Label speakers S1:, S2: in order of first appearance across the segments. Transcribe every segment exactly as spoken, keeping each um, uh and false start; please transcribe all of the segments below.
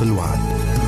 S1: الوعد.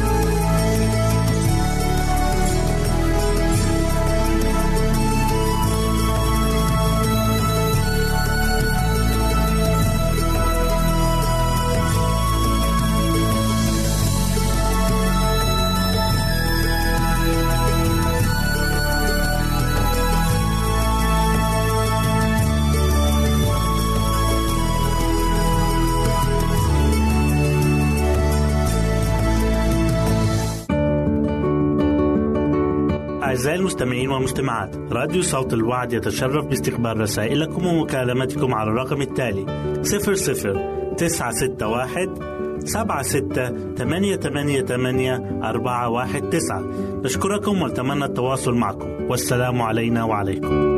S2: أعزائي المستمعين والمستمعات، راديو صوت الوعد يتشرف باستقبال رسائلكم ومكالمتكم على الرقم التالي صفر صفر تسعة ستة واحد سبعة ستة ثمانية ثمانية ثمانية أربعة واحد تسعة. نشكركم ونتمنى التواصل معكم، والسلام علينا وعليكم.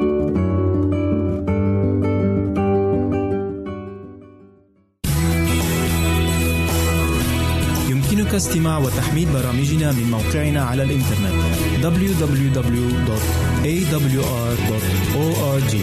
S3: يمكنك استماع وتحميل برامجنا من موقعنا على الإنترنت دبليو دبليو دبليو دوت إيه دبليو آر دوت أو آر جي.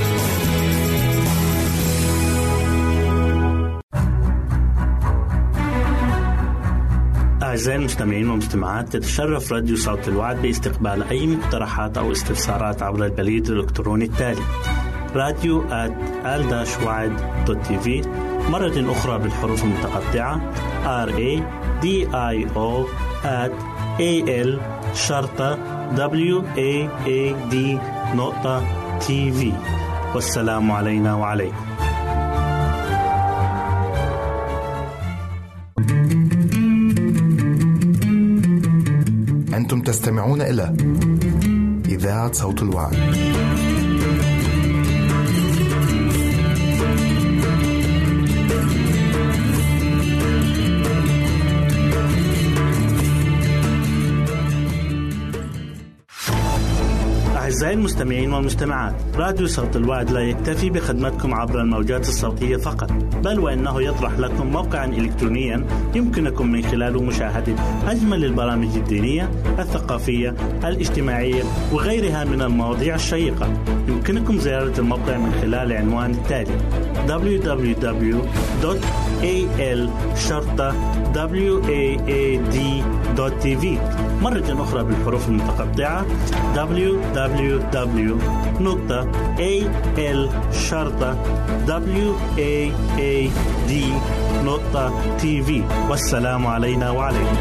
S2: أعزائي المستمعين والمستمعات، تتشرف راديو صوت الوعد باستقبال أي مقترحات أو استفسارات عبر البريد الإلكتروني التالي راديو آت آل وعد دوت تي في، مرة أخرى بالحروف المتقطعة radio at al شرطة wad نقطة tv. والسلام علينا وعليكم.
S1: أنتم تستمعون إلى إذاعة صوت الوعد.
S2: أعزائي المستمعين والمستمعات، راديو صوت الوعد لا يكتفي بخدمتكم عبر الموجات الصوتية فقط، بل وإنه يطرح لكم موقعا إلكترونيا يمكنكم من خلاله مشاهدة أجمل البرامج الدينية، الثقافية، الاجتماعية وغيرها من المواضيع الشيقة. يمكنكم زيارة الموقع من خلال العنوان التالي دبليو دبليو دبليو دوت إيه إل شرطة واد دوت تي في، مرة أخرى بالحروف المتقطعة دبليو دبليو دبليو دوت إيه إل شرطة واد دوت تي في. والسلام علينا وعليكم.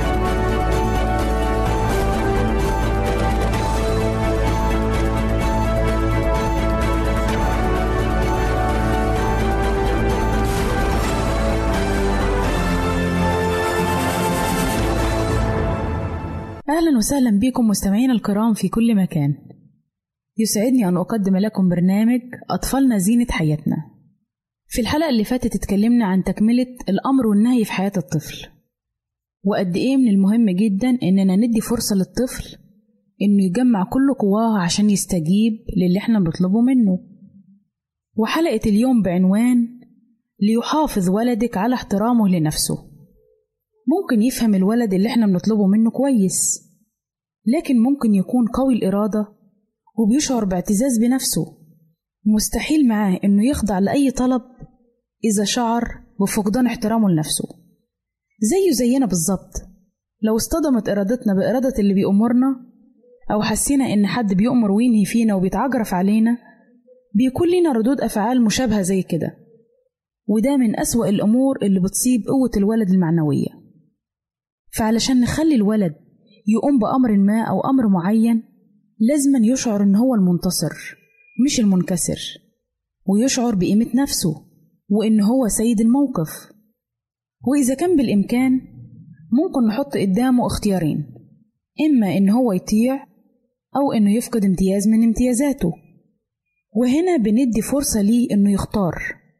S4: أهلا وسهلا بكم مستمعين الكرام في كل مكان. يسعدني أن أقدم لكم برنامج أطفالنا زينة حياتنا. في الحلقة اللي فاتت اتكلمنا عن تكملة الأمر والنهي في حياة الطفل، وقد إيه من المهم جدا إننا ندي فرصة للطفل إنه يجمع كل قواه عشان يستجيب للي احنا بنطلبه منه. وحلقة اليوم بعنوان ليحافظ ولدك على احترامه لنفسه. ممكن يفهم الولد اللي احنا بنطلبه منه كويس، لكن ممكن يكون قوي الإرادة وبيشعر باعتزاز بنفسه. مستحيل معاه إنه يخضع لأي طلب إذا شعر بفقدان احترامه لنفسه. زيه زينا بالظبط، لو اصطدمت إرادتنا بإرادة اللي بيأمرنا، أو حسينا إن حد بيأمر وينهي فينا وبيتعجرف علينا، بيكون لنا ردود أفعال مشابهة زي كده. وده من أسوأ الأمور اللي بتصيب قوة الولد المعنوية. فعلشان نخلي الولد يقوم بأمر ما أو أمر معين، لازم يشعر إن هو المنتصر مش المنكسر، ويشعر بقيمة نفسه وإن هو سيد الموقف. وإذا كان بالإمكان ممكن نحط قدامه اختيارين، إما إن هو يطيع أو إنه يفقد امتياز من امتيازاته، وهنا بندي فرصة ليه إنه يختار.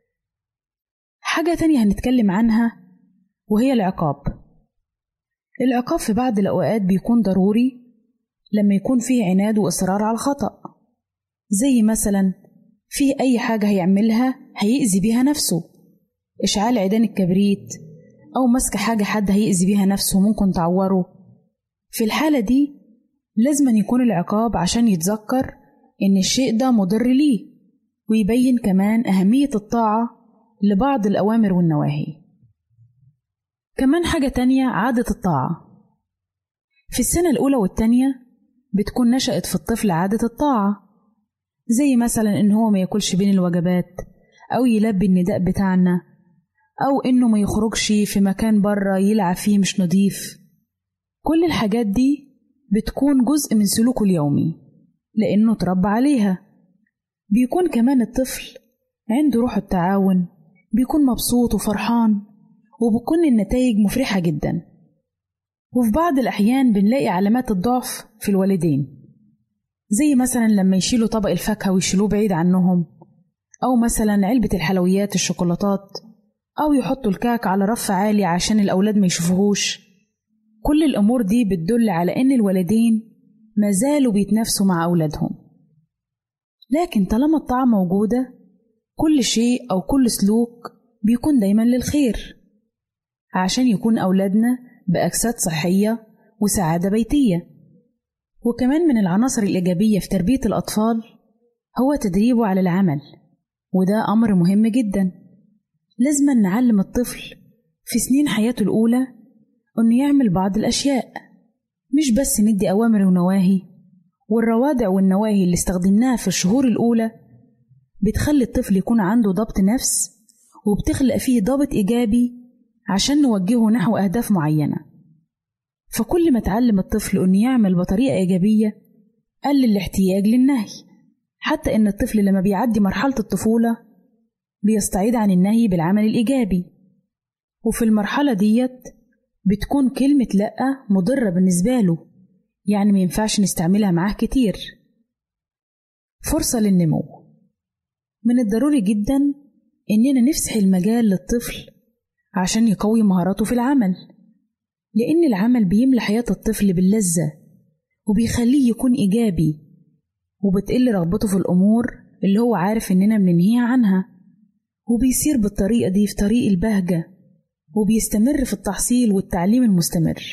S4: حاجة تانية هنتكلم عنها وهي العقاب. العقاب في بعض الأوقات بيكون ضروري لما يكون فيه عناد وإصرار على الخطأ، زي مثلا فيه أي حاجة هيعملها هيأذي بيها نفسه، إشعال عيدان الكبريت، أو مسك حاجة حد هيأذي بيها نفسه ممكن تعوره. في الحالة دي لازم يكون العقاب عشان يتذكر إن الشيء ده مضر ليه، ويبين كمان أهمية الطاعة لبعض الأوامر والنواهي. كمان حاجة تانية، عادة الطاعة. في السنة الأولى والتانية بتكون نشأت في الطفل عادة الطاعة، زي مثلا إن هو ما ياكلش بين الوجبات، أو يلبي النداء بتاعنا، أو إنه ما يخرجش في مكان برا يلعب فيه مش نضيف. كل الحاجات دي بتكون جزء من سلوكه اليومي لأنه تربى عليها. بيكون كمان الطفل عنده روح التعاون، بيكون مبسوط وفرحان، وبتكون النتائج مفرحة جدا. وفي بعض الأحيان بنلاقي علامات الضعف في الوالدين، زي مثلا لما يشيلوا طبق الفاكهة ويشيلوه بعيد عنهم، أو مثلا علبة الحلويات الشوكولاتات، أو يحطوا الكعك على رف عالي عشان الأولاد ما يشوفوهوش. كل الأمور دي بتدل على إن الوالدين ما زالوا بيتنافسوا مع أولادهم. لكن طالما الطاعة موجودة، كل شيء أو كل سلوك بيكون دايما للخير، عشان يكون أولادنا بأجساد صحية وسعادة بيتية. وكمان من العناصر الإيجابية في تربية الأطفال هو تدريبه على العمل، وده أمر مهم جدا. لازم نعلم الطفل في سنين حياته الأولى أنه يعمل بعض الأشياء، مش بس ندي أوامر ونواهي. والروادع والنواهي اللي استخدمناها في الشهور الأولى بتخلي الطفل يكون عنده ضبط نفس، وبتخلق فيه ضابط إيجابي عشان نوجهه نحو أهداف معينة. فكل ما تعلم الطفل أنه يعمل بطريقة إيجابية قلل الاحتياج للنهي. حتى إن الطفل لما بيعدي مرحلة الطفولة بيستعيد عن النهي بالعمل الإيجابي، وفي المرحلة ديت بتكون كلمة لأ مضرة بالنسبة له، يعني ما ينفعش نستعملها معاه كتير. فرصة للنمو. من الضروري جدا إننا نفسح المجال للطفل عشان يقوي مهاراته في العمل، لأن العمل بيملى حياة الطفل باللذة وبيخليه يكون إيجابي، وبتقل رغبته في الأمور اللي هو عارف إننا بننهيها عنها، وبيسير بالطريقة دي في طريق البهجة، وبيستمر في التحصيل والتعليم المستمر.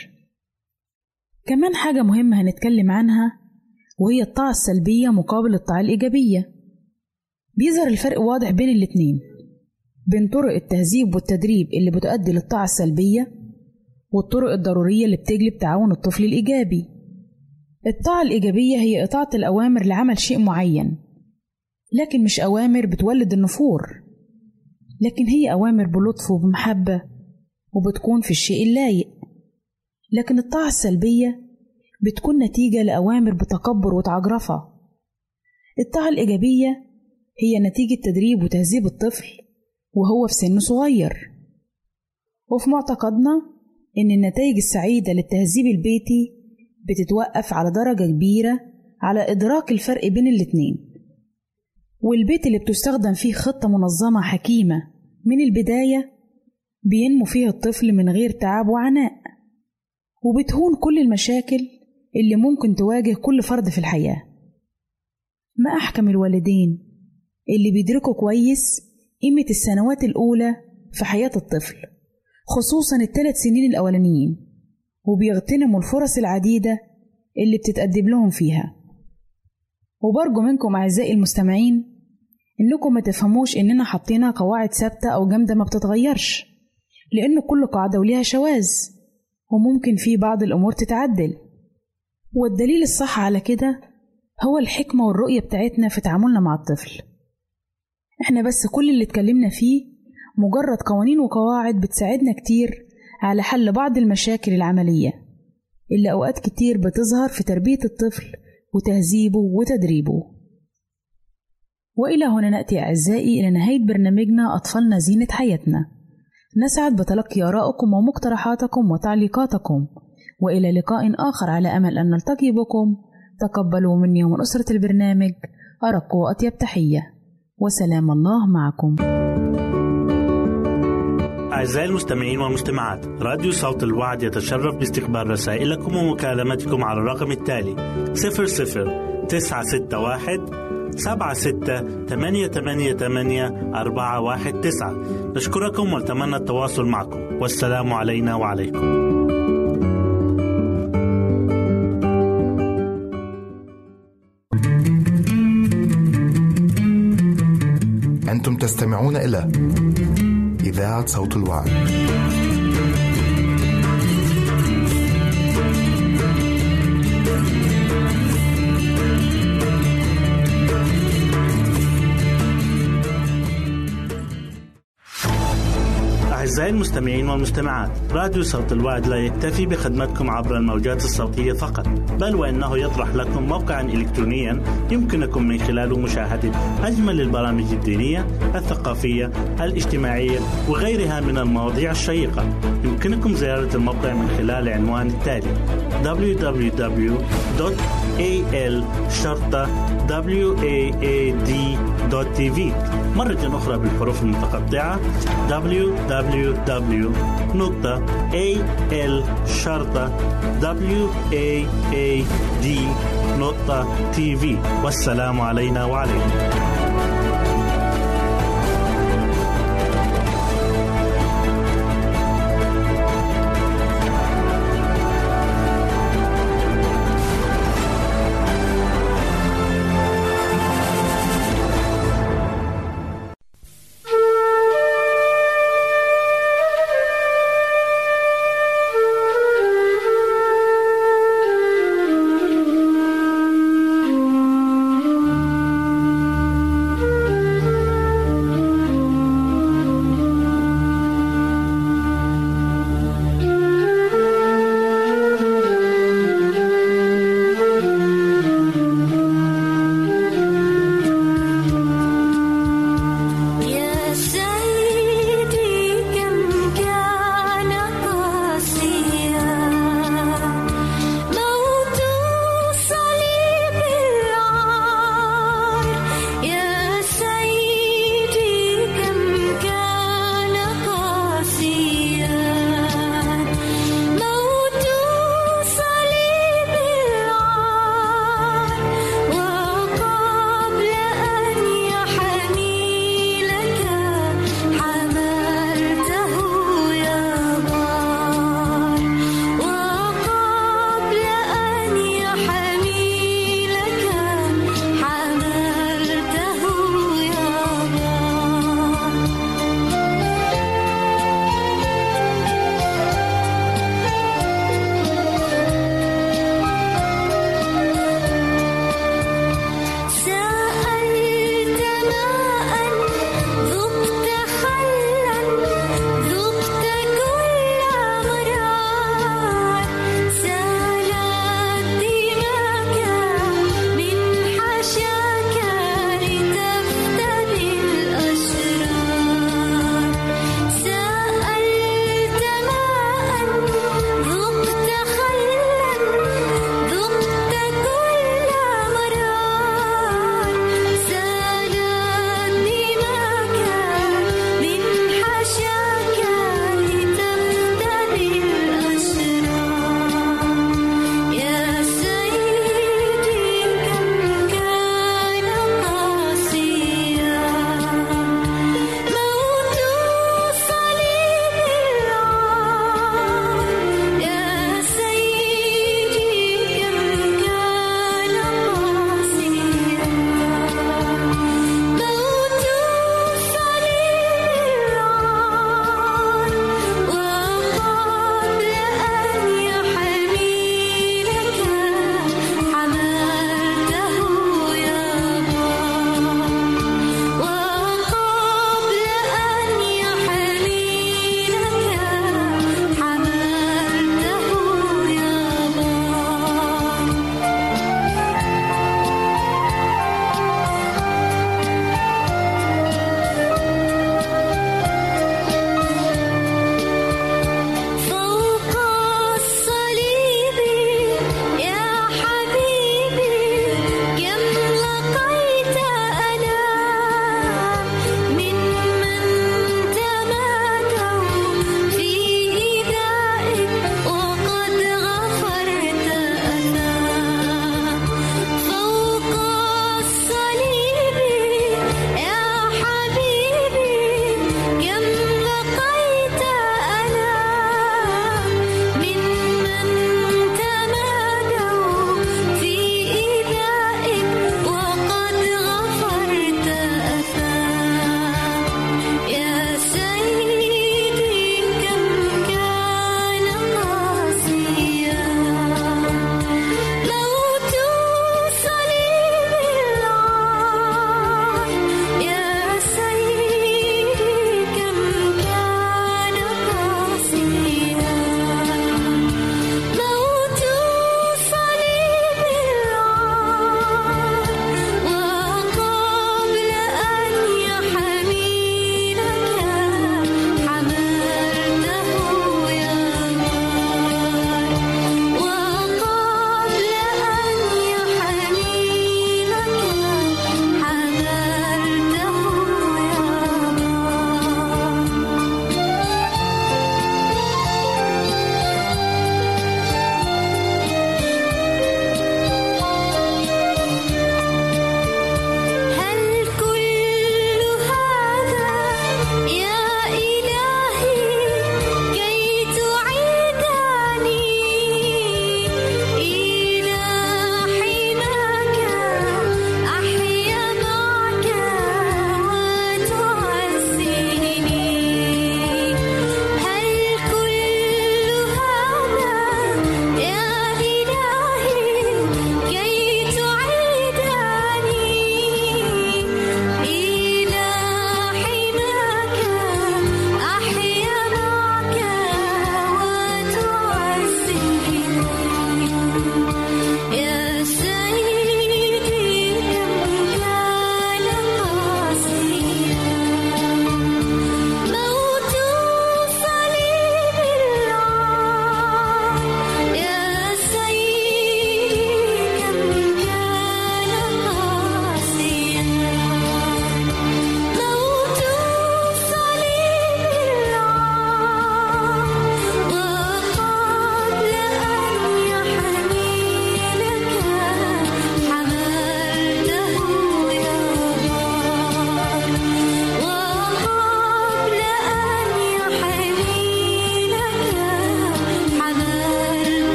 S4: كمان حاجة مهمة هنتكلم عنها وهي الطاعة السلبية مقابل الطاعة الإيجابية. بيظهر الفرق واضح بين الاتنين، بين طرق التهذيب والتدريب اللي بتؤدي للطاعة السلبية والطرق الضرورية اللي بتجلب تعاون الطفل الإيجابي. الطاعة الإيجابية هي إطاعة الأوامر لعمل شيء معين، لكن مش أوامر بتولد النفور، لكن هي أوامر بلطف وبمحبة وبتكون في الشيء اللايق. لكن الطاعة السلبية بتكون نتيجة لأوامر بتكبر وتعجرفة. الطاعة الإيجابية هي نتيجة تدريب وتهذيب الطفل وهو في سن صغير. وفي معتقدنا إن النتائج السعيدة للتهذيب البيتي بتتوقف على درجة كبيرة على إدراك الفرق بين الاتنين. والبيت اللي بتستخدم فيه خطة منظمة حكيمة من البداية بينمو فيه الطفل من غير تعب وعناء، وبتهون كل المشاكل اللي ممكن تواجه كل فرد في الحياة. ما أحكم الوالدين اللي بيدركوا كويس قيمة السنوات الأولى في حياة الطفل، خصوصا الثلاث سنين الأولانيين، وبيغتنموا الفرص العديدة اللي بتتقدم لهم فيها. وبرجو منكم أعزائي المستمعين إنكم ما تفهموش إننا حطينا قواعد ثابتة أو جامدة ما بتتغيرش، لأن كل قاعدة وليها شواذ، وممكن في بعض الأمور تتعدل. والدليل الصح على كده هو الحكمة والرؤية بتاعتنا في تعاملنا مع الطفل. إحنا بس كل اللي اتكلمنا فيه مجرد قوانين وقواعد بتساعدنا كتير على حل بعض المشاكل العملية اللي أوقات كتير بتظهر في تربية الطفل وتهذيبه وتدريبه. وإلى هنا نأتي أعزائي إلى نهاية برنامجنا أطفالنا زينة حياتنا. نسعد بتلقي آرائكم ومقترحاتكم وتعليقاتكم، وإلى لقاء آخر على أمل أن نلتقي بكم. تقبلوا مني ومن أسرة البرنامج أرق وأطيب تحية، وسلام الله معكم.
S2: أعزائي المستمعين والمستمعات، راديو صوت الوعد يتشرف باستقبال رسائلكم ومكالمتكم على الرقم التالي صفر صفر تسعة ستة واحد سبعة ستة ثمانية ثمانية ثمانية أربعة واحد تسعة. نشكركم ونتمنى التواصل معكم، والسلام علينا وعليكم.
S1: أنتم تستمعون إلى إذاعة صوت الوعد.
S2: المستمعين والمستمعات، راديو صوت الوعد لا يكتفي بخدمتكم عبر الموجات الصوتية فقط، بل وإنه يطرح لكم موقعا إلكترونيا يمكنكم من خلاله مشاهدة أجمل البرامج الدينية، الثقافية، الاجتماعية وغيرها من المواضيع الشيقة. يمكنكم زيارة الموقع من خلال العنوان التالي دبليو دبليو دبليو دوت إيه إل شرطة واد دوت تي في. مرة أخرى بالحروف المتقطعة دبليو دبليو دبليو دوت إيه إل شرطة واد دوت تي في. والسلام علينا وعليكم.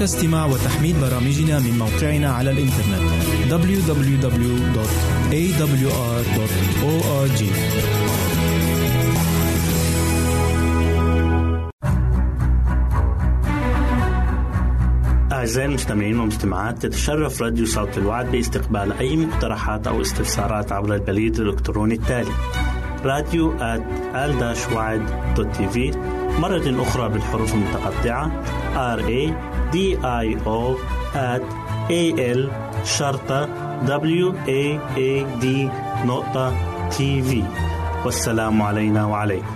S3: استماع وتحميل برامجنا من موقعنا على الإنترنت دبليو دبليو دبليو دوت إيه دبليو آر دوت أو آر جي.
S2: أعزائي المستمعين والمستمعات، تتشرف راديو صوت الوعد باستقبال أي مقترحات أو استفسارات عبر البريد الإلكتروني التالي راديو آت آل وعد دوت تي في، مرة أخرى بالحروف المتقطعة راديو آت آل شرطة واد نقطة تي في. والسلام علينا وعليكم.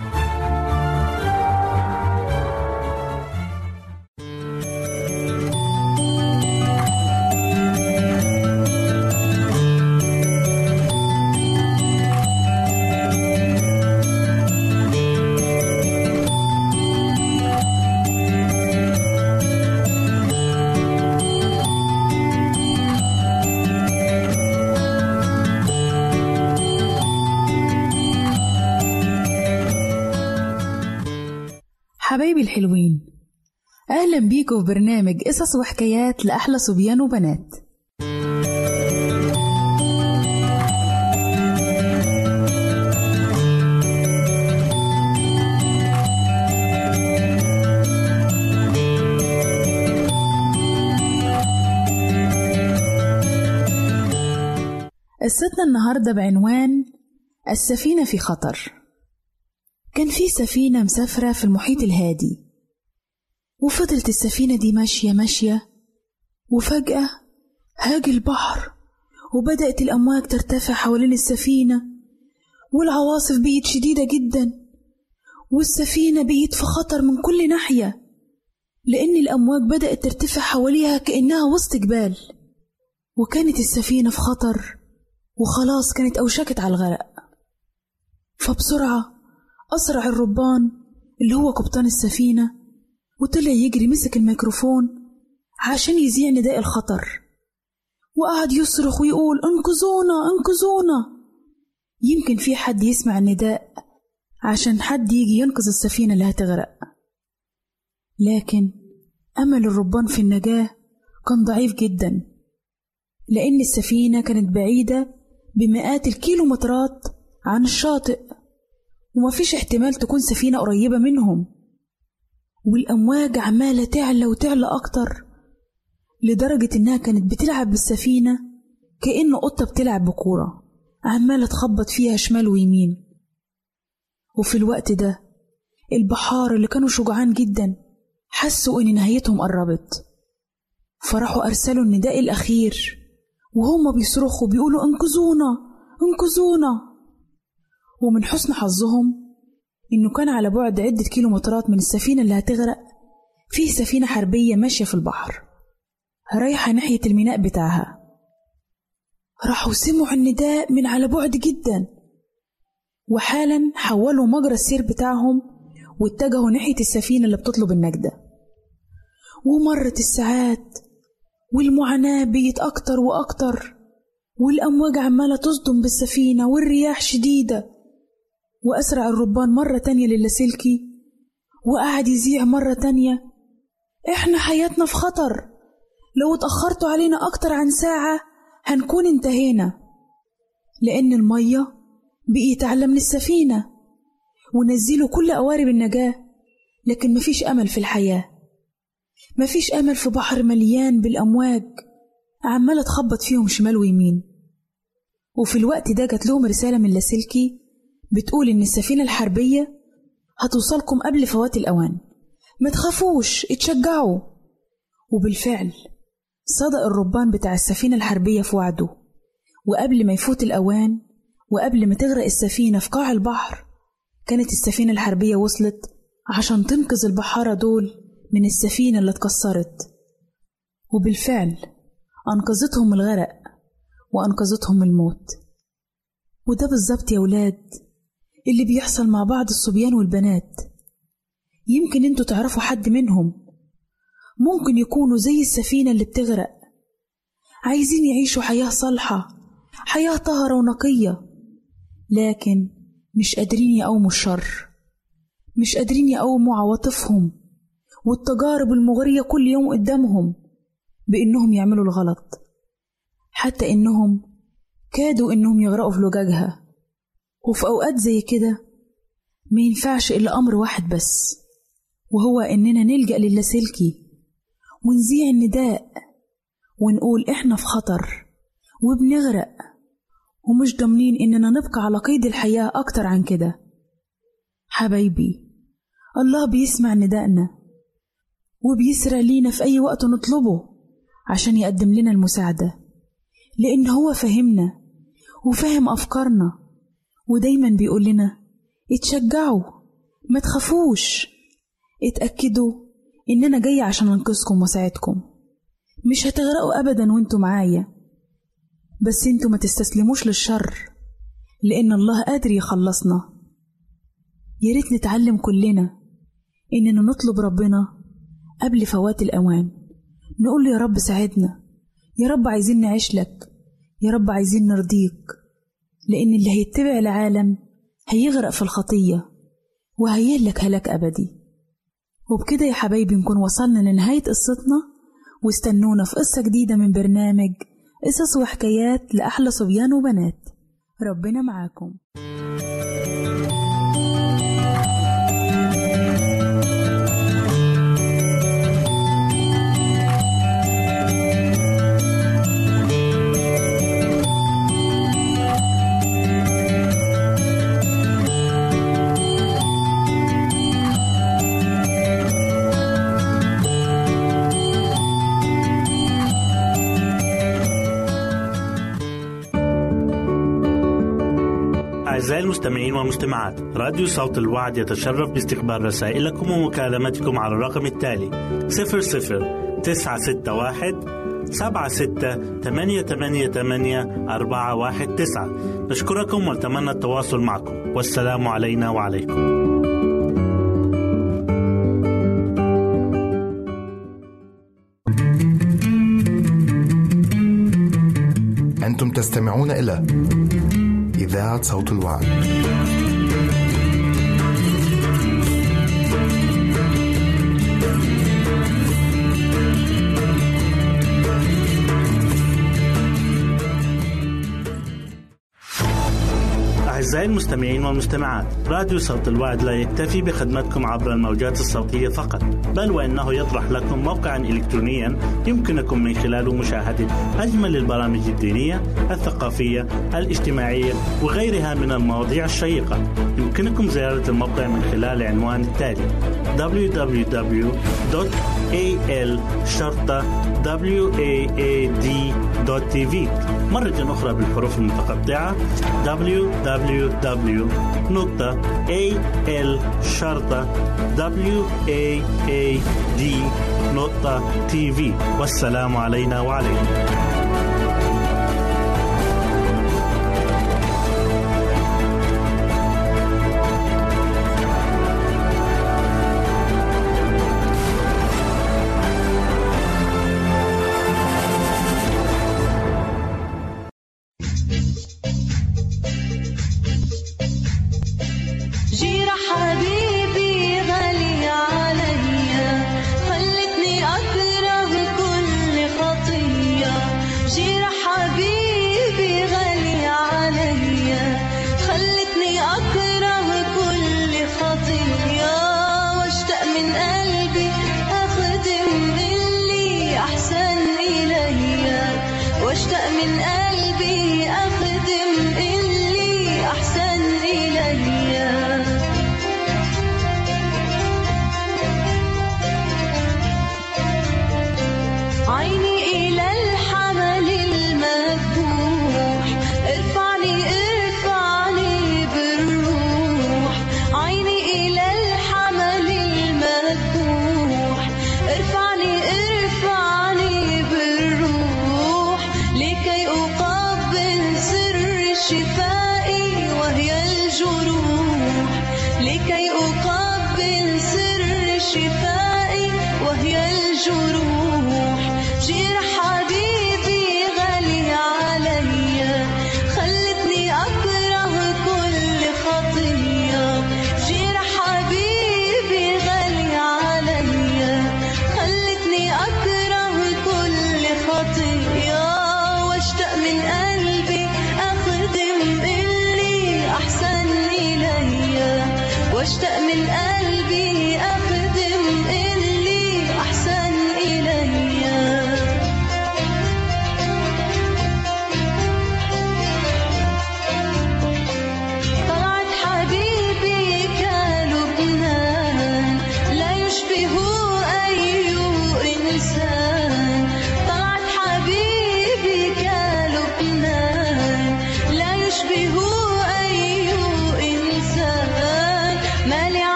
S4: حبايبي الحلوين، أهلا بيكم في برنامج قصص وحكايات لأحلى صبيان وبنات. قصتنا النهاردة بعنوان السفينة في خطر. كان في سفينة مسافرة في المحيط الهادي، وفضلت السفينة دي ماشية ماشية، وفجأة هاج البحر وبدأت الأمواج ترتفع حوالين السفينة، والعواصف بقت شديدة جدا، والسفينة بقت في خطر من كل ناحية، لأن الأمواج بدأت ترتفع حواليها كأنها وسط جبال، وكانت السفينة في خطر وخلاص كانت أوشكت على الغرق. فبسرعة أسرع الربان اللي هو قبطان السفينة، وطلع يجري مسك الميكروفون عشان يذيع نداء الخطر، وقعد يصرخ ويقول انقذونا انقذونا، يمكن في حد يسمع النداء عشان حد يجي ينقذ السفينة اللي هتغرق. لكن أمل الربان في النجاة كان ضعيف جدا، لأن السفينة كانت بعيدة بمئات الكيلومترات عن الشاطئ، ومفيش احتمال تكون سفينة قريبة منهم، والأمواج عمالة تعلى وتعلى أكتر، لدرجة إنها كانت بتلعب بالسفينة كأن قطة بتلعب بكورة، عمالة تخبط فيها شمال ويمين. وفي الوقت ده البحار اللي كانوا شجعان جدا حسوا إن نهايتهم قربت، فراحوا أرسلوا النداء الأخير وهم بيصرخوا بيقولوا انقذونا انقذونا. ومن حسن حظهم إنه كان على بعد عدة كيلومترات من السفينة اللي هتغرق فيه سفينة حربية ماشية في البحر رايحة ناحية الميناء بتاعها. راحوا سمعوا النداء من على بعد جدا، وحالا حولوا مجرى السير بتاعهم واتجهوا ناحية السفينة اللي بتطلب النجدة. ومرت الساعات والمعاناة بقت أكتر وأكتر، والأمواج عمالة تصدم بالسفينة والرياح شديدة. وأسرع الربان مرة تانية للاسلكي وقعد يذيع مرة تانية إحنا حياتنا في خطر، لو اتأخرتوا علينا أكتر عن ساعة هنكون انتهينا، لأن المية بقيت أعلى من السفينة، ونزلوا كل قوارب النجاة، لكن مفيش أمل في الحياة، مفيش أمل في بحر مليان بالأمواج عمالة تخبط فيهم شمال ويمين. وفي الوقت ده جات لهم رسالة من لاسلكي بتقول إن السفينة الحربية هتوصلكم قبل فوات الأوان، ما تخافوش اتشجعوا. وبالفعل صدق الربان بتاع السفينة الحربية في وعده، وقبل ما يفوت الأوان وقبل ما تغرق السفينة في قاع البحر كانت السفينة الحربية وصلت عشان تنقذ البحارة دول من السفينة اللي اتكسرت. وبالفعل أنقذتهم الغرق وأنقذتهم الموت. وده بالظبط يا ولاد اللي بيحصل مع بعض الصبيان والبنات. يمكن انتوا تعرفوا حد منهم، ممكن يكونوا زي السفينة اللي بتغرق، عايزين يعيشوا حياة صالحة، حياة طاهرة ونقية، لكن مش قادرين يقاوموا الشر، مش قادرين يقاوموا عواطفهم والتجارب المغرية كل يوم قدامهم بإنهم يعملوا الغلط، حتى إنهم كادوا إنهم يغرقوا في لجاجها. وفي أوقات زي كده ما ينفعش إلا أمر واحد بس، وهو إننا نلجأ للاسلكي ونذيع النداء ونقول إحنا في خطر وبنغرق ومش ضامنين إننا نبقى على قيد الحياة أكتر عن كده. حبايبي، الله بيسمع ندائنا وبيسرع لينا في أي وقت نطلبه عشان يقدم لنا المساعدة، لأن هو فهمنا وفهم أفكارنا، ودايما بيقول لنا اتشجعوا، ما تخافوش، اتأكدوا إننا جاي عشان أنقذكم وساعدكم. مش هتغرقوا أبدا وانتوا معايا، بس انتوا ما تستسلموش للشر، لأن الله قادر يخلصنا. ياريت نتعلم كلنا إننا نطلب ربنا قبل فوات الأوان، نقول له يا رب ساعدنا، يا رب عايزين نعيش لك، يا رب عايزين نرضيك، لأن اللي هيتبع العالم هيغرق في الخطية وهيهلك هلاك أبدي. وبكده يا حبايبي نكون وصلنا لنهاية قصتنا، واستنونا في قصة جديدة من برنامج قصص وحكايات لأحلى صبيان وبنات. ربنا معاكم.
S2: أعزائي المستمعين والمستمعات، راديو صوت الوعد يتشرف باستقبال رسائلكم ومكالمتكم على الرقم التالي صفر صفر تسعة ستة واحد سبعة ستة ثمانية ثمانية ثمانية أربعة واحد تسعة. نشكركم ونتمنى التواصل معكم، والسلام علينا وعليكم.
S1: أنتم تستمعون إلى إذاعة صوت الوعد.
S2: أعزائي المستمعين والمستمعات، راديو صوت الوعد لا يكتفي بخدمتكم عبر الموجات الصوتية فقط، بل وإنه يطرح لكم موقعا إلكترونيا يمكنكم من خلاله مشاهدة أجمل البرامج الدينية، الثقافية، الاجتماعية وغيرها من المواضيع الشيقة. يمكنكم زيارة الموقع من خلال العنوان التالي دبليو دبليو دبليو دوت إيه إل شرطة واد دوت تي في. مرة أخرى بالحروف المتقطعة دبليو دبليو دبليو دوت إيه إل شرطة واد دوت تي في. والسلام علينا وعليكم.
S5: خلتني أكره كل خطية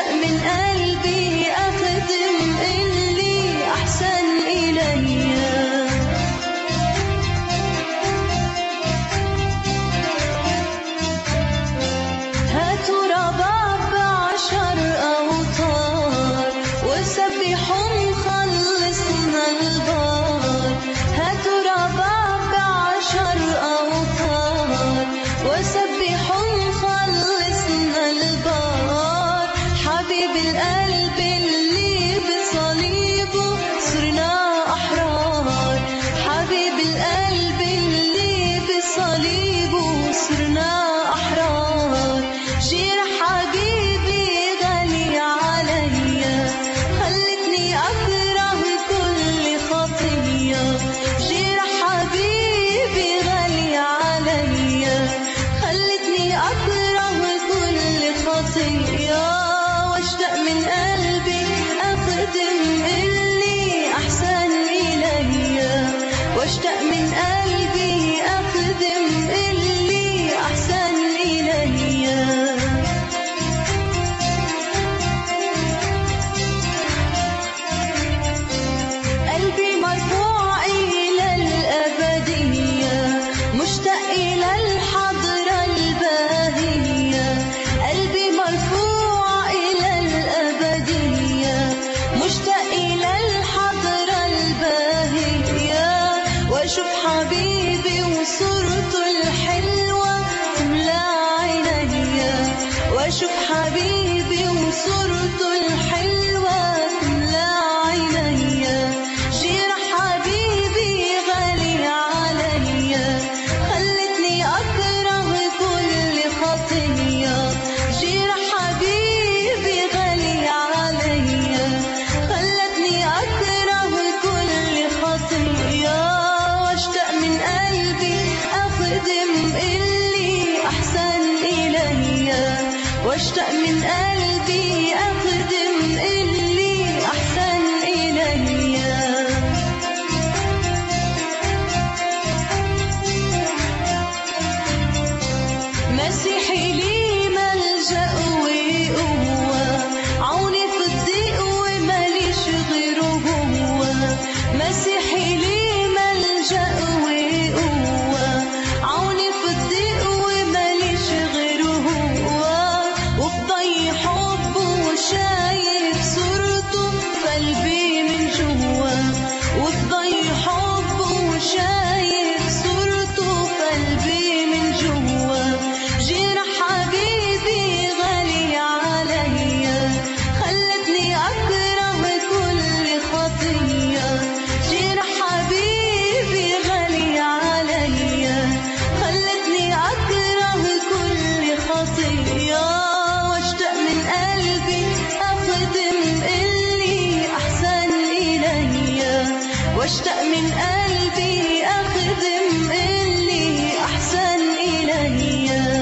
S5: من قلبي أخدم اللي أحسن إليا. هاتوا رباب بعشر أوتار وسبحوا خلصنا البار. هاتوا رباب بعشر أوتار وسبحوا خلصنا البار. حبيب القلب اللي بصليبه صرنا أحرار. حبيب القلب اللي بصليبه صرنا أحرار. جرح حبيبي غالي عليا خلتني أكره كل خطية. جرح حبيبي غالي عليا خلتني أكره كل خطية. واشتاق من قلبي أخدم اللي أحسن إليا. واشتاق من قلبي أخدم اللي أحسن إليا. قلبي مرفوع إلى الأبدية مشتاق إلى الحضرة الباهية. قلبي مرفوع إلى الأبدية مشتاق إلى الحضرة الباهية. وأشوف حبيبي وصورته الحلوة تملى عينيا. وأشوف حبيبي وصورته الحلوة تملى عينيا. جرح حبيبي غالي عليا خلتني أكره كل خطية. جرح حبيبي غالي عليا خلتني أكره كل خطية. واشتاق من قلبي أخدم اللي أحسن إليا. واشتاق من قلبي أخدم اللي أحسن إليا. مسيحي لي ملجأ وقوة عوني في الضيق وماليش غيره هو. مسيحي لي ملجأ وقوة عوني في الضيق وماليش غيره هو. وفي ضي حبه شايف صورته في قلبي من جوا. وفي ضي حبه شايف صورته في قلبي من جوا. جرح حبيبي غالي عليا خلتني أكره كل خطية. جرح حبيبي غالي عليا خلتني أكره كل خطية. واشتاق من قلبي أخدم اللي أحسن إليا. واشتاق من قلبي أخدم اللي أحسن إليا.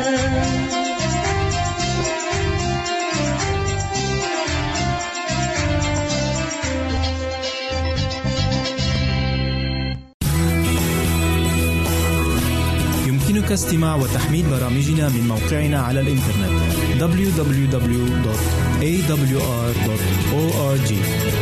S3: يمكنك استماع وتحميل برامجنا من موقعنا على الإنترنت دبليو دبليو دبليو دوت إيه دبليو آر دوت أو آر جي.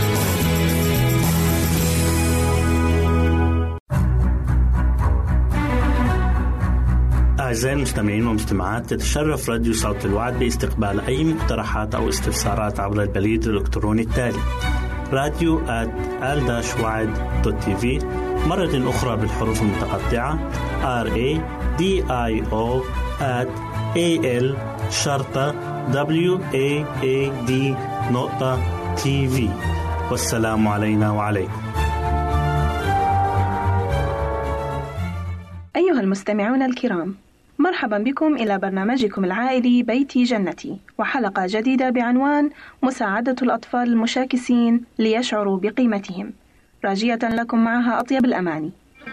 S2: أعزائي المستمعين والمستمعات، تتشرف راديو صوت الوعد باستقبال أي مقترحات أو استفسارات عبر البريد الإلكتروني التالي راديو آت آل وعد دوت تي في، مرة أخرى بالحروف المتقطعة آر إيه دي آي أو آت إيه إل شرطة دبليو إيه إيه دي نقطة تي في. والسلام علينا وعليكم.
S6: أيها المستمعون الكرام، مرحبا بكم إلى برنامجكم العائلي بيتي جنتي، وحلقة جديدة بعنوان مساعدة الأطفال المشاكسين ليشعروا بقيمتهم، راجية لكم معها أطيب الأماني.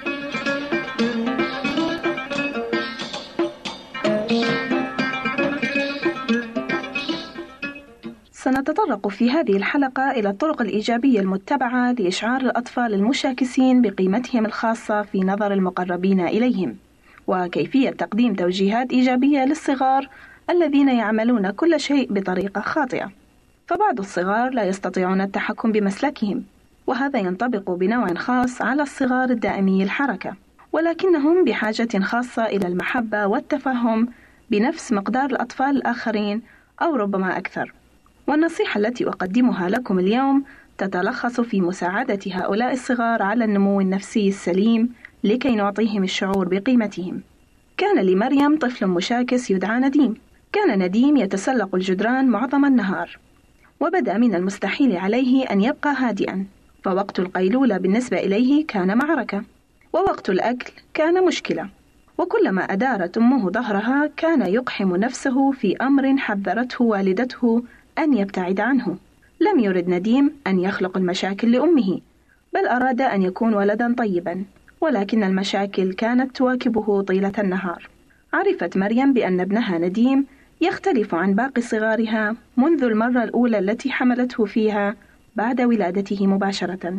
S6: سنتطرق في هذه الحلقة إلى الطرق الإيجابية المتبعة لإشعار الأطفال المشاكسين بقيمتهم الخاصة في نظر المقربين إليهم، وكيفية تقديم توجيهات إيجابية للصغار الذين يعملون كل شيء بطريقة خاطئة. فبعض الصغار لا يستطيعون التحكم بمسلكهم، وهذا ينطبق بنوع خاص على الصغار الدائمي الحركة، ولكنهم بحاجة خاصة إلى المحبة والتفهم بنفس مقدار الأطفال الآخرين أو ربما أكثر. والنصيحة التي أقدمها لكم اليوم تتلخص في مساعدة هؤلاء الصغار على النمو النفسي السليم لكي نعطيهم الشعور بقيمتهم. كان لمريم طفل مشاكس يدعى نديم. كان نديم يتسلق الجدران معظم النهار، وبدأ من المستحيل عليه أن يبقى هادئا، فوقت القيلولة بالنسبة إليه كان معركة، ووقت الأكل كان مشكلة، وكلما أدارت أمه ظهرها كان يقحم نفسه في أمر حذرته والدته أن يبتعد عنه. لم يرد نديم أن يخلق المشاكل لأمه، بل أراد أن يكون ولدا طيبا، ولكن المشاكل كانت تواكبه طيلة النهار. عرفت مريم بأن ابنها نديم يختلف عن باقي صغارها منذ المرة الأولى التي حملته فيها بعد ولادته مباشرة،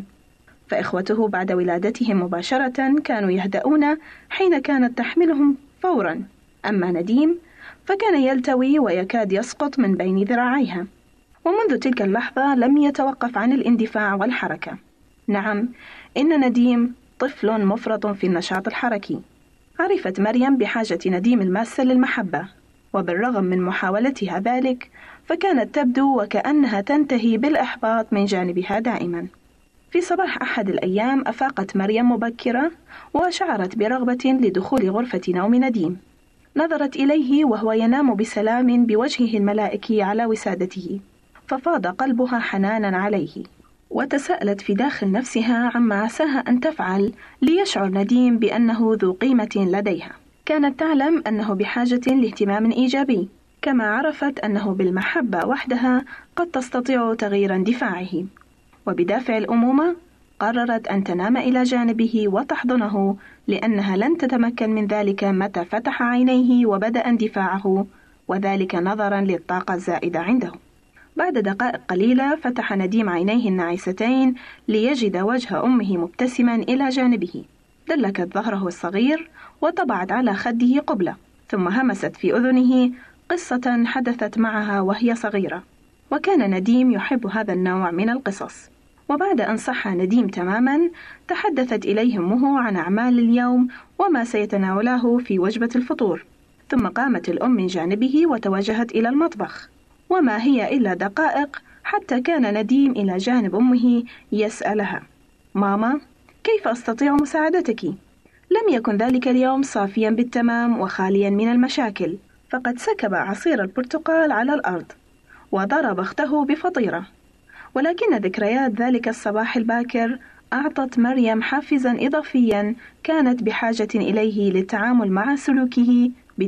S6: فإخوته بعد ولادتهم مباشرة كانوا يهدؤون حين كانت تحملهم فورا، أما نديم فكان يلتوي ويكاد يسقط من بين ذراعيها، ومنذ تلك اللحظة لم يتوقف عن الاندفاع والحركة. نعم، إن نديم طفل مفرط في النشاط الحركي. عرفت مريم بحاجة نديم الماسة للمحبة، وبالرغم من محاولتها ذلك فكانت تبدو وكأنها تنتهي بالإحباط من جانبها دائما. في صباح أحد الأيام أفاقت مريم مبكرة وشعرت برغبة لدخول غرفة نوم نديم. نظرت إليه وهو ينام بسلام بوجهه الملائكي على وسادته، ففاض قلبها حنانا عليه، وتساءلت في داخل نفسها عما عساها أن تفعل ليشعر نديم بأنه ذو قيمة لديها. كانت تعلم أنه بحاجة لاهتمام إيجابي، كما عرفت أنه بالمحبة وحدها قد تستطيع تغيير اندفاعه. وبدافع الأمومة قررت أن تنام إلى جانبه وتحضنه، لأنها لن تتمكن من ذلك متى فتح عينيه وبدأ اندفاعه، وذلك نظرا للطاقة الزائدة عنده. بعد دقائق قليلة فتح نديم عينيه الناعستين ليجد وجه أمه مبتسما إلى جانبه. دلكت ظهره الصغير وطبعت على خده قبلة، ثم همست في أذنه قصة حدثت معها وهي صغيرة، وكان نديم يحب هذا النوع من القصص. وبعد أن صح نديم تماما تحدثت إليه أمه عن أعمال اليوم وما سيتناوله في وجبة الفطور، ثم قامت الأم من جانبه وتوجهت إلى المطبخ، وما هي إلا دقائق حتى كان نديم إلى جانب أمه يسألها: ماما، كيف أستطيع مساعدتك؟ لم يكن ذلك اليوم صافيا بالتمام وخاليا من المشاكل، فقد سكب عصير البرتقال على الأرض وضرب أخته بفطيرة، ولكن ذكريات ذلك الصباح الباكر أعطت مريم حافزا إضافيا كانت بحاجة إليه للتعامل مع سلوكه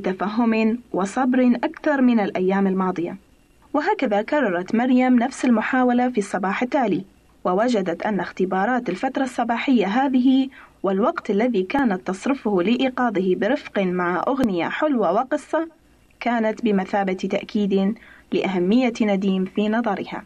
S6: بتفهم وصبر أكثر من الأيام الماضية. وهكذا كررت مريم نفس المحاولة في الصباح التالي، ووجدت أن اختبارات الفترة الصباحية هذه والوقت الذي كانت تصرفه لإيقاظه برفق مع أغنية حلوة وقصة كانت بمثابة تأكيد لأهمية نديم في نظرها.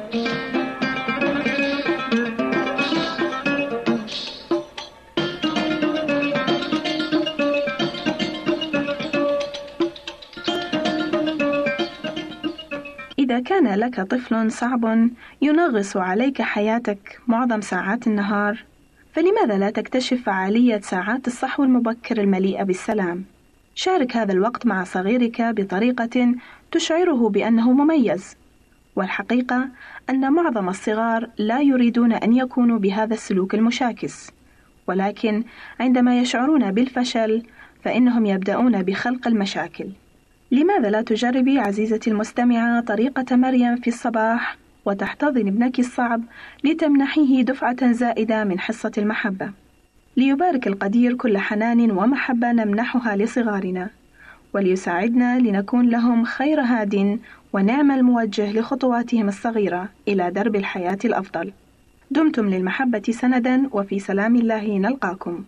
S6: إذا كان لك طفل صعب ينغص عليك حياتك معظم ساعات النهار، فلماذا لا تكتشف فعالية ساعات الصحو المبكر المليئة بالسلام؟ شارك هذا الوقت مع صغيرك بطريقة تشعره بأنه مميز. والحقيقة أن معظم الصغار لا يريدون أن يكونوا بهذا السلوك المشاكس، ولكن عندما يشعرون بالفشل فإنهم يبدأون بخلق المشاكل. لماذا لا تجربي عزيزتي المستمعة طريقة مريم في الصباح وتحتضن ابنك الصعب لتمنحيه دفعة زائدة من حصة المحبة؟ ليبارك القدير كل حنان ومحبة نمنحها لصغارنا، وليساعدنا لنكون لهم خير هاد ونعم الموجه لخطواتهم الصغيرة إلى درب الحياة الأفضل. دمتم للمحبة سندا، وفي سلام الله نلقاكم.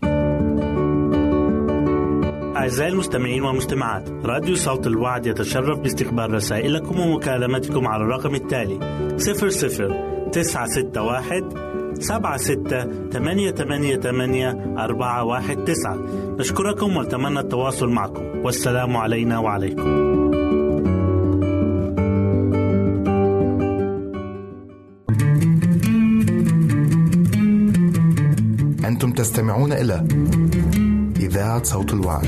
S2: أعزائي المستمعين والمستمعات، راديو صوت الوعد يتشرف باستقبال رسائلكم ومكالمتكم على الرقم التالي صفر صفر تسعة ستة واحد سبعة ستة ثمانية ثمانية ثمانية أربعة واحد تسعة. نشكركم ونتمنى التواصل معكم، والسلام علينا وعليكم.
S1: أنتم تستمعون إلى إذاعة صوت الوعد.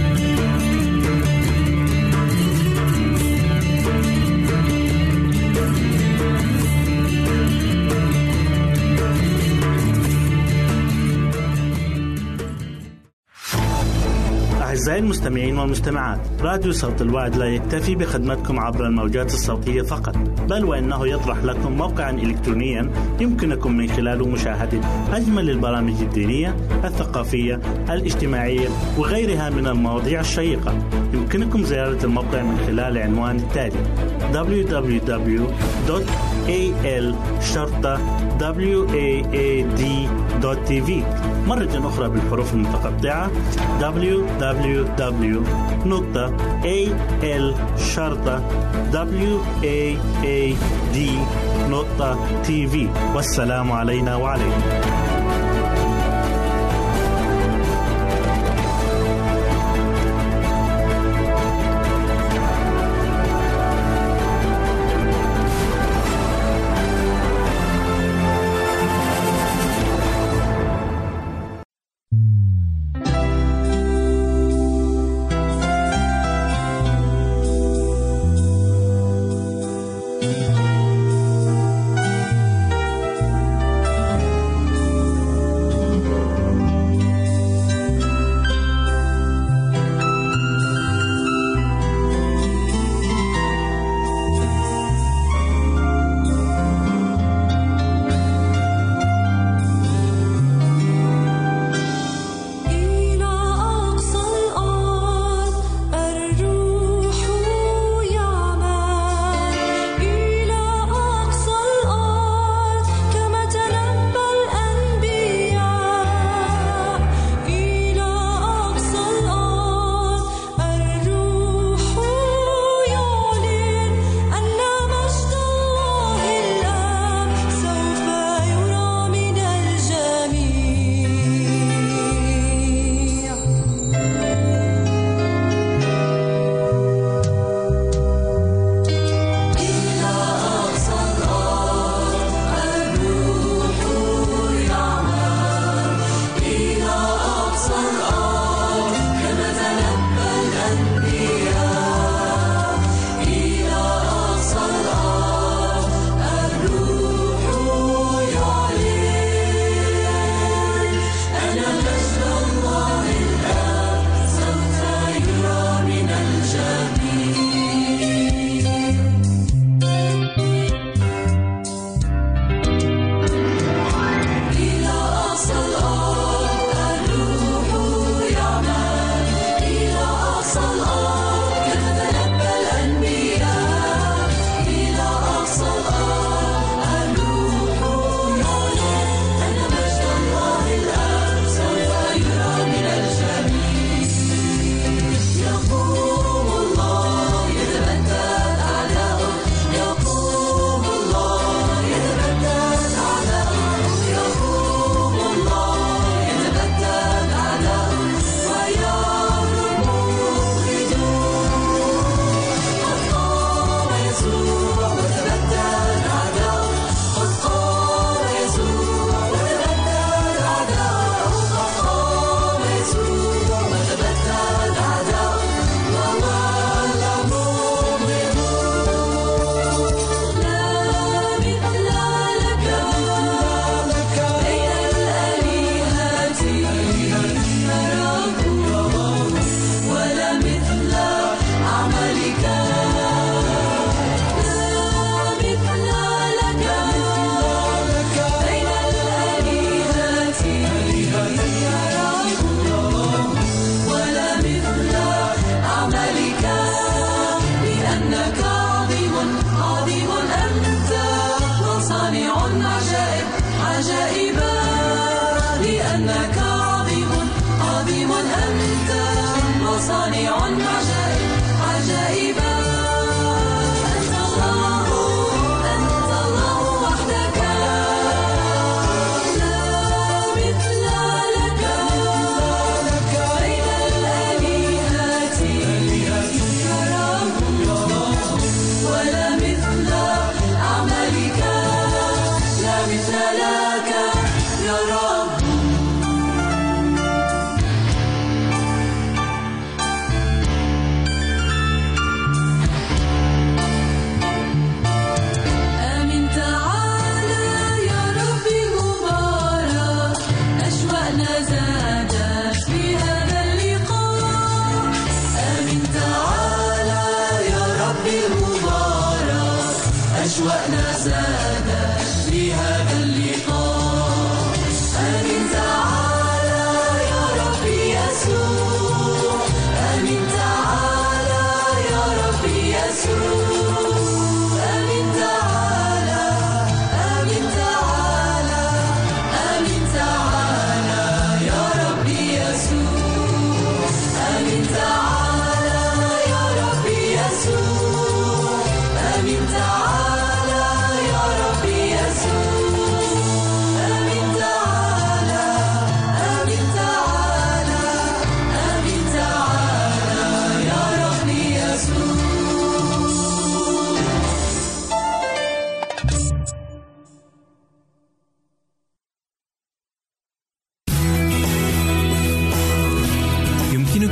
S2: أعزائي المستمعين والمستمعات، راديو صوت الوعد لا يكتفي بخدمتكم عبر الموجات الصوتية فقط، بل وإنه يطرح لكم موقعا إلكترونيا يمكنكم من خلاله مشاهدة أجمل البرامج الدينية، الثقافية، الاجتماعية وغيرها من المواضيع الشيقة. يمكنكم زيارة الموقع من خلال العنوان التالي دبليو دبليو دبليو دوت إيه إل شرطة واد دوت تي في. مرة أخرى بالحروف المتقطعة دبليو دبليو دبليو دوت إيه إل شرطة واد دوت تي في. والسلام علينا وعليكم.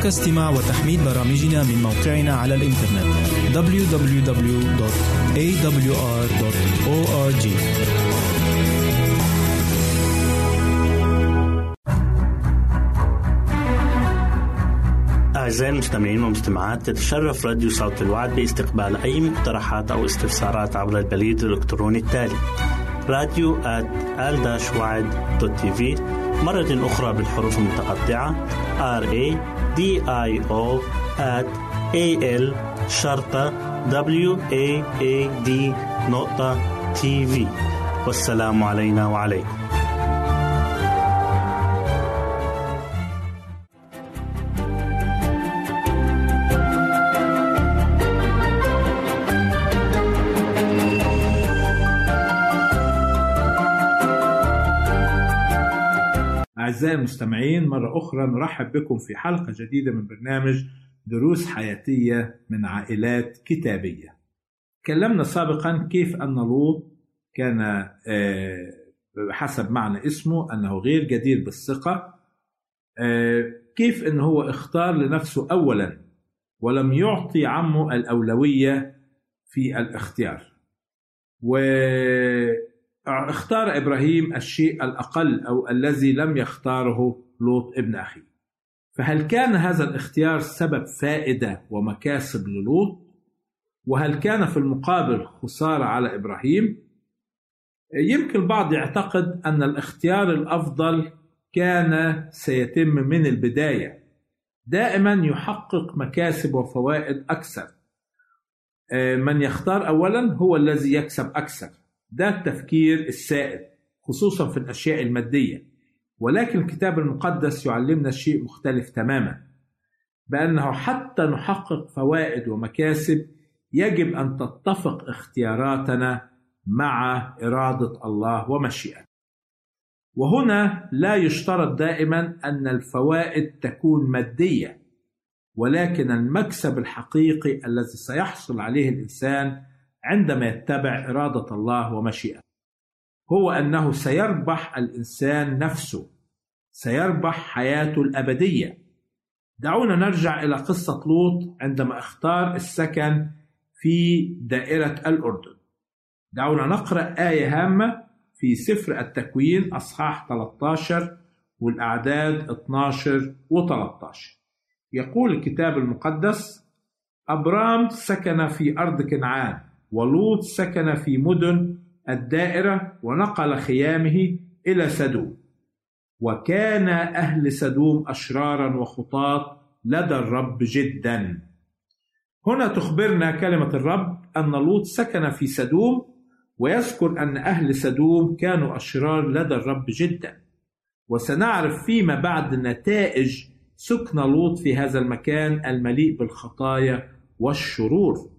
S3: استماع وتحميل برامجنا من موقعنا على الإنترنت دبليو دبليو دبليو دوت إيه دبليو آر دوت أو آر جي.
S2: أعزائي المستمعين والمستمعات، تتشرف راديو صوت الوعد باستقبال أي مقترحات أو استفسارات عبر البريد الإلكتروني التالي راديو آت آل وعد دوت تي في، مرة أخرى بالحروف المتقطعة R A D I O at A L شرطة W A A D نقطة تي في. والسلام علينا وعليكم.
S7: أعزائي المستمعين، مرة أخرى نرحب بكم في حلقة جديدة من برنامج دروس حياتية من عائلات كتابية. تكلمنا سابقا كيف أن لوط كان حسب معنى اسمه أنه غير جدير بالثقة، كيف أنه هو اختار لنفسه أولا ولم يعطي عمه الأولوية في الاختيار، واختار إبراهيم الشيء الأقل أو الذي لم يختاره لوط ابن أخي. فهل كان هذا الاختيار سبب فائدة ومكاسب للوط؟ وهل كان في المقابل خسارة على إبراهيم؟ يمكن البعض يعتقد أن الاختيار الأفضل كان سيتم من البداية، دائما يحقق مكاسب وفوائد أكثر. من يختار أولا هو الذي يكسب أكثر، ده التفكير السائد خصوصا في الأشياء المادية. ولكن الكتاب المقدس يعلمنا شيء مختلف تماما، بأنه حتى نحقق فوائد ومكاسب يجب أن تتفق اختياراتنا مع إرادة الله ومشيئته. وهنا لا يشترط دائما أن الفوائد تكون مادية، ولكن المكسب الحقيقي الذي سيحصل عليه الإنسان عندما يتبع إرادة الله ومشيئته هو أنه سيربح الإنسان نفسه، سيربح حياته الأبدية. دعونا نرجع إلى قصة لوط عندما اختار السكن في دائرة الأردن. دعونا نقرأ آية هامة في سفر التكوين أصحاح ثلاثة عشر والأعداد اثنا عشر وثلاثة عشر. يقول الكتاب المقدس: أبرام سكن في أرض كنعان، ولوط سكن في مدن الدائرة، ونقل خيامه إلى سدوم. وكان أهل سدوم أشرارا وخطاة لدى الرب جدا. هنا تخبرنا كلمة الرب أن لوط سكن في سدوم، ويذكر أن أهل سدوم كانوا أشرار لدى الرب جدا. وسنعرف فيما بعد نتائج سكن لوط في هذا المكان المليء بالخطايا والشرور.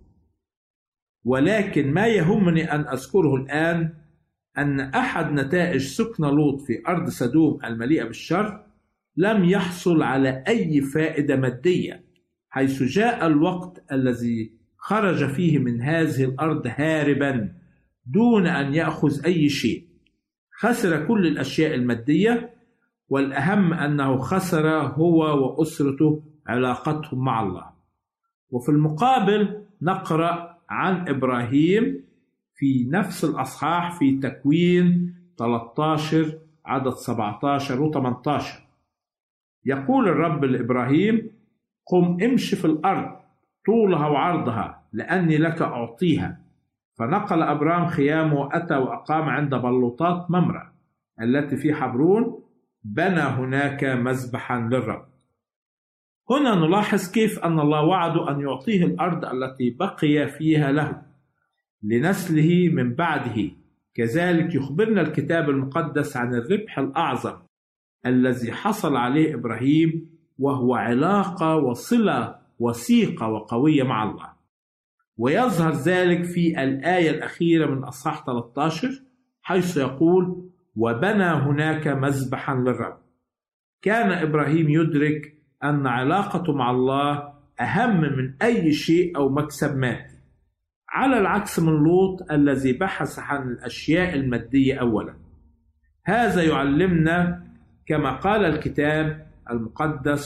S7: ولكن ما يهمني أن أذكره الآن أن أحد نتائج سكن لوط في أرض سدوم المليئة بالشر لم يحصل على أي فائدة مادية، حيث جاء الوقت الذي خرج فيه من هذه الأرض هاربا دون أن يأخذ أي شيء. خسر كل الأشياء المادية، والأهم أنه خسر هو وأسرته علاقتهم مع الله. وفي المقابل نقرأ عن إبراهيم في نفس الأصحاح في تكوين ثلاثة عشر عدد سبعة عشر و ثمانية عشر. يقول الرب لإبراهيم: قم امشي في الأرض طولها وعرضها، لأني لك أعطيها. فنقل أبرام خيامه وأتى وأقام عند بلوطات ممرة التي في حبرون، بنى هناك مذبحا للرب. هنا نلاحظ كيف أن الله وعده أن يعطيه الأرض التي بقي فيها له لنسله من بعده. كذلك يخبرنا الكتاب المقدس عن الربح الأعظم الذي حصل عليه إبراهيم، وهو علاقة وصلة وثيقة وقوية مع الله. ويظهر ذلك في الآية الأخيرة من أصحاح ثلاثة عشر، حيث يقول: وبنى هناك مذبحا للرب. كان إبراهيم يدرك أن علاقته مع الله أهم من أي شيء أو مكسب مادي، على العكس من لوط الذي بحث عن الأشياء المادية أولا. هذا يعلمنا كما قال الكتاب المقدس: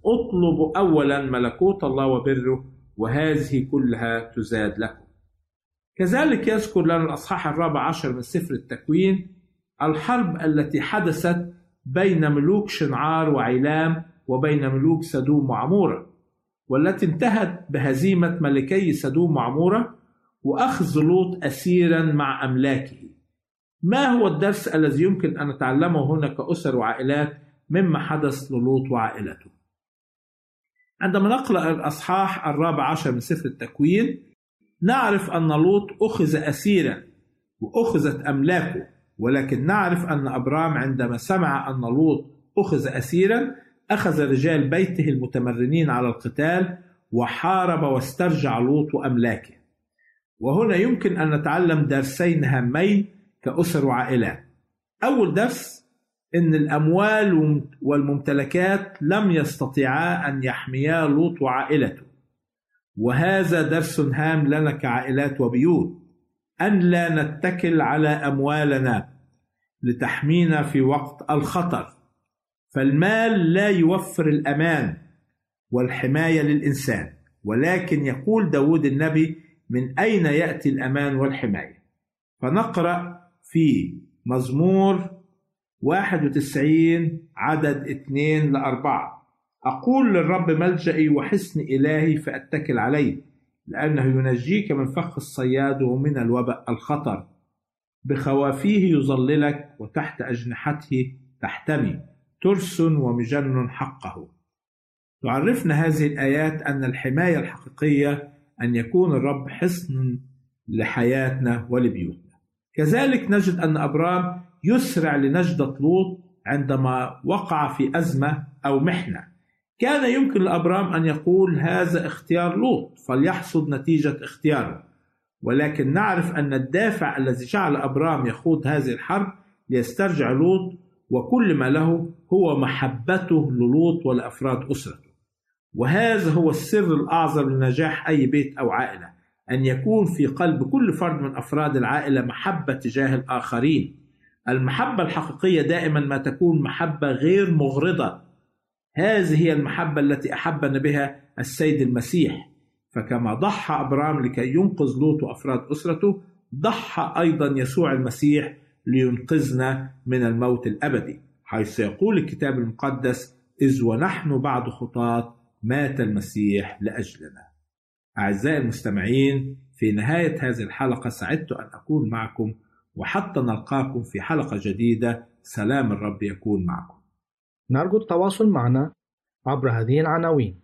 S7: اطلبوا أولا ملكوت الله وبره وهذه كلها تزاد لكم. كذلك يذكر لنا الأصحاح الرابع عشر من سفر التكوين الحرب التي حدثت بين ملوك شنعار وعيلام وبين ملوك سدوم وعمورة، والتي انتهت بهزيمة ملكي سدوم وعمورة وأخذ لوط أسيرا مع أملاكه. ما هو الدرس الذي يمكن أن نتعلمه هنا كأسر وعائلات مما حدث للوط وعائلته؟ عندما نقرأ الأصحاح الرابع عشر من سفر التكوين نعرف أن لوط أخذ أسيرا وأخذت أملاكه، ولكن نعرف أن أبرام عندما سمع أن لوط أخذ أسيرا أخذ رجال بيته المتمرنين على القتال وحارب واسترجع لوط وأملاكه. وهنا يمكن أن نتعلم درسين هامين كأسر وعائلات. أول درس إن الأموال والممتلكات لم يستطيعا أن يحميا لوط وعائلته، وهذا درس هام لنا كعائلات وبيوت، أن لا نتكل على أموالنا لتحمينا في وقت الخطر، فالمال لا يوفر الأمان والحماية للإنسان. ولكن يقول داود النبي: من أين يأتي الأمان والحماية؟ فنقرأ في مزمور واحد وتسعين عدد اثنين لأربعة: أقول للرب ملجئي وحصن إلهي فأتكل عليه، لأنه ينجيك من فخ الصياد ومن الوباء الخطر. بخوافيه يظللك وتحت أجنحته تحتمي، ترس ومجن حقه. تعرفنا هذه الآيات أن الحماية الحقيقية أن يكون الرب حصن لحياتنا ولبيوتنا. كذلك نجد أن أبرام يسرع لنجدة لوط عندما وقع في أزمة أو محنة. كان يمكن لأبرام أن يقول: هذا اختيار لوط فليحصد نتيجة اختياره، ولكن نعرف أن الدافع الذي جعل أبرام يخوض هذه الحرب ليسترجع لوط وكل ما له هو محبته للوط ولأفراد أسرته. وهذا هو السر الأعظم لنجاح أي بيت أو عائلة، أن يكون في قلب كل فرد من أفراد العائلة محبة تجاه الآخرين. المحبة الحقيقية دائما ما تكون محبة غير مغرضة. هذه هي المحبة التي أحبنا بها السيد المسيح، فكما ضحى أبرام لكي ينقذ لوط وأفراد أسرته، ضحى أيضا يسوع المسيح لينقذنا من الموت الأبدي، حيث يقول الكتاب المقدس: إذ ونحن بعد خطاة مات المسيح لأجلنا. أعزائي المستمعين، في نهاية هذه الحلقة سعدت أن أكون معكم، وحتى نلقاكم في حلقة جديدة، سلام الرب يكون معكم.
S8: نرجو التواصل معنا عبر هذه العناوين: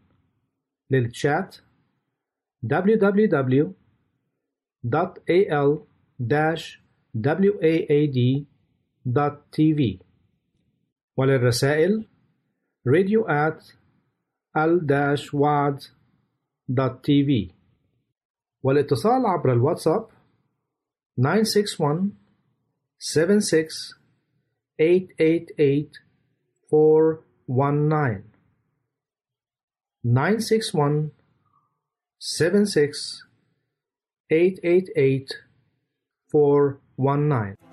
S8: للتشات دبليو دبليو دبليو دوت إيه إل واد دوت تي في، وللرسائل radio at ال واد دوت تي في، والاتصال عبر الواتساب nine six one seven six eight eight eight four one nine nine six one seven six eight eight eight four one nine.